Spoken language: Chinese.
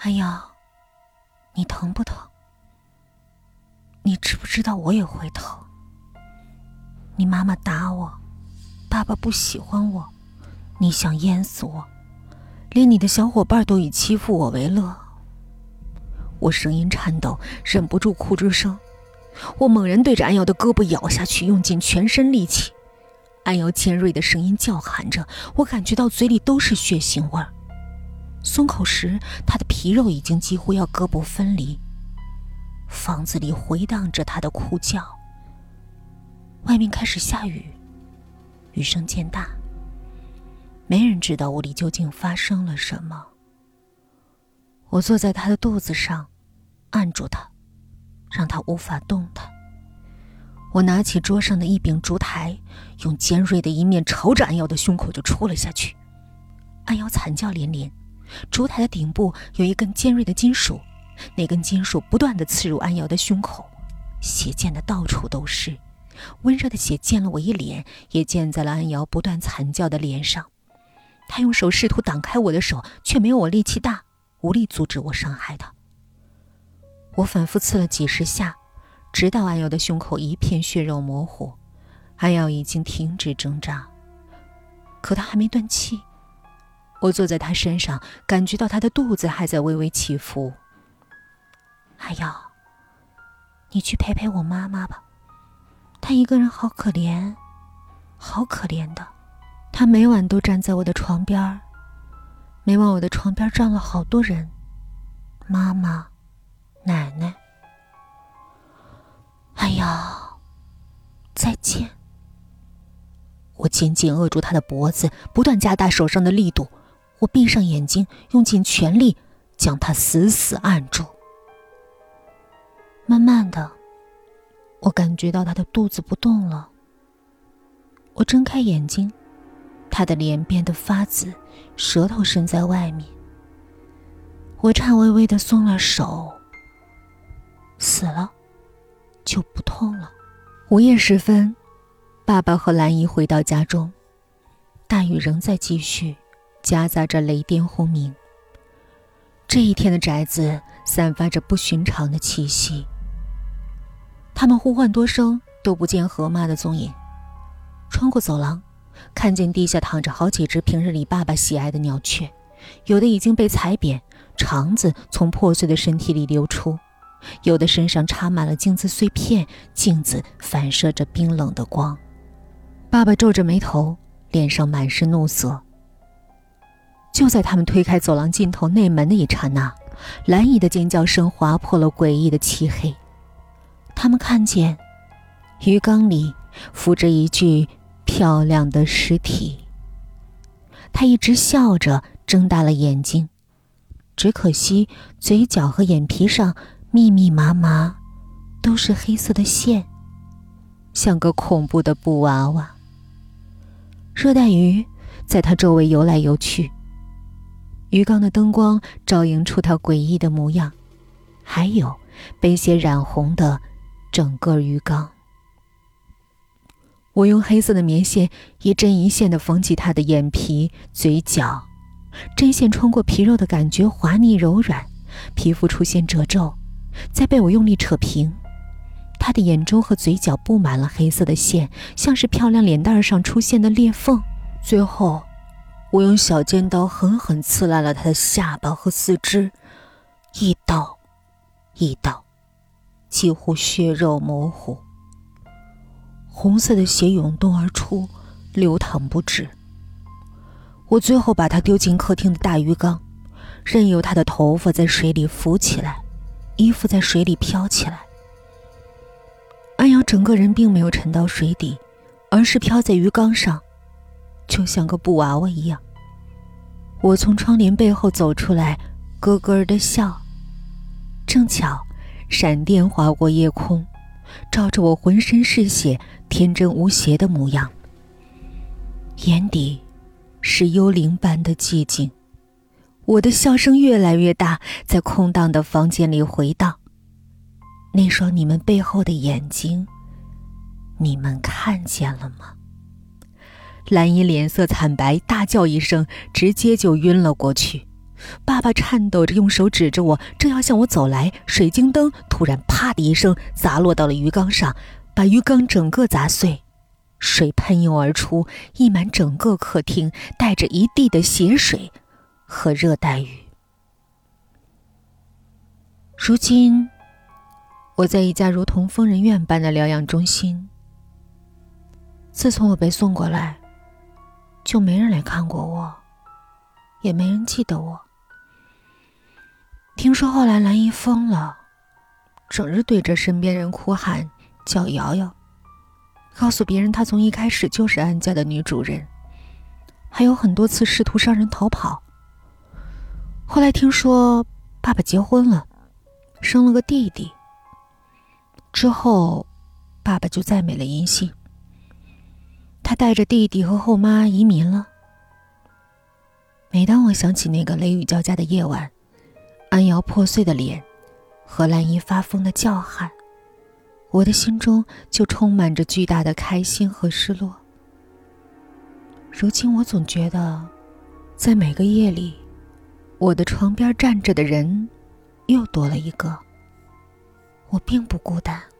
安瑶，你疼不疼？你知不知道我也会疼？你妈妈打我，爸爸不喜欢我，你想淹死我，连你的小伙伴都以欺负我为乐。我声音颤抖，忍不住哭出声。我猛然对着安瑶的胳膊咬下去，用尽全身力气。安瑶尖锐的声音叫喊着，我感觉到嘴里都是血腥味儿。松口时，她的皮肉已经几乎要胳膊分离。房子里回荡着她的哭叫。外面开始下雨，雨声渐大。没人知道屋里究竟发生了什么。我坐在她的肚子上，按住她，让她无法动弹。我拿起桌上的一柄烛台，用尖锐的一面朝着安瑶的胸口就戳了下去。安瑶惨叫连连。烛台的顶部有一根尖锐的金属，那根金属不断地刺入安瑶的胸口，血溅得到处都是。温热的血溅了我一脸，也溅在了安瑶不断惨叫的脸上。她用手试图挡开我的手，却没有我力气大，无力阻止我伤害她。我反复刺了几十下，直到安瑶的胸口一片血肉模糊。安瑶已经停止挣扎，可她还没断气。我坐在她身上，感觉到她的肚子还在微微起伏。安瑶，你去陪陪我妈妈吧，她一个人好可怜，好可怜的。她每晚都站在我的床边，每晚我的床边站了好多人，妈妈、奶奶。安瑶，再见。我紧紧扼住她的脖子，不断加大手上的力度。我闭上眼睛，用尽全力将她死死按住。慢慢的，我感觉到她的肚子不动了。我睁开眼睛，她的脸变得发紫，舌头伸在外面。我颤巍巍地松了手。死了，就不痛了。午夜时分，爸爸和兰姨回到家中，大雨仍在继续，夹杂着雷电轰鸣。这一天的宅子散发着不寻常的气息。他们呼唤多声，都不见何妈的踪影。穿过走廊，看见地下躺着好几只平日里爸爸喜爱的鸟雀，有的已经被踩扁，肠子从破碎的身体里流出，有的身上插满了镜子碎片，镜子反射着冰冷的光。爸爸皱着眉头，脸上满是怒色。就在他们推开走廊尽头内门的一刹那，兰姨的尖叫声划破了诡异的漆黑。他们看见鱼缸里浮着一具漂亮的尸体。她一直笑着，睁大了眼睛，只可惜嘴角和眼皮上密密麻麻都是黑色的线，像个恐怖的布娃娃。热带鱼在它周围游来游去，鱼缸的灯光照映出它诡异的模样，还有被血染红的整个鱼缸。我用黑色的棉线一针一线地缝起它的眼皮、嘴角，针线穿过皮肉的感觉滑腻柔软，皮肤出现褶皱，再被我用力扯平。她的眼周和嘴角布满了黑色的线，像是漂亮脸蛋上出现的裂缝。最后我用小尖刀狠狠刺烂了她的下巴和四肢，一刀一刀，几乎血肉模糊。红色的血涌动而出，流淌不止。我最后把她丢进客厅的大鱼缸，任由她的头发在水里浮起来，衣服在水里飘起来。安瑶整个人并没有沉到水底，而是飘在鱼缸上，就像个布娃娃一样。我从窗帘背后走出来，咯咯地笑。正巧闪电划过夜空，照着我浑身是血、天真无邪的模样，眼底是幽灵般的寂静。我的笑声越来越大，在空荡的房间里回荡。那双你们背后的眼睛，你们看见了吗？兰姨脸色惨白，大叫一声，直接就晕了过去。 爸爸颤抖着用手指着我，正要向我走来，水晶灯突然啪的一声砸落到了鱼缸上，把鱼缸整个砸碎，水喷涌而出，溢满整个客厅，带着一地的血水和热带雨。如今我在一家如同疯人院般的疗养中心，自从我被送过来，就没人来看过我，也没人记得我。听说后来兰姨疯了，整日对着身边人哭喊叫瑶瑶，告诉别人她从一开始就是安家的女主人，还有很多次试图让人逃跑。后来听说爸爸结婚了，生了个弟弟，之后爸爸就再没了音信，他带着弟弟和后妈移民了。每当我想起那个雷雨交加的夜晚，安瑶破碎的脸和兰姨发疯的叫喊，我的心中就充满着巨大的开心和失落。如今我总觉得，在每个夜里，我的床边站着的人又多了一个，我并不孤单。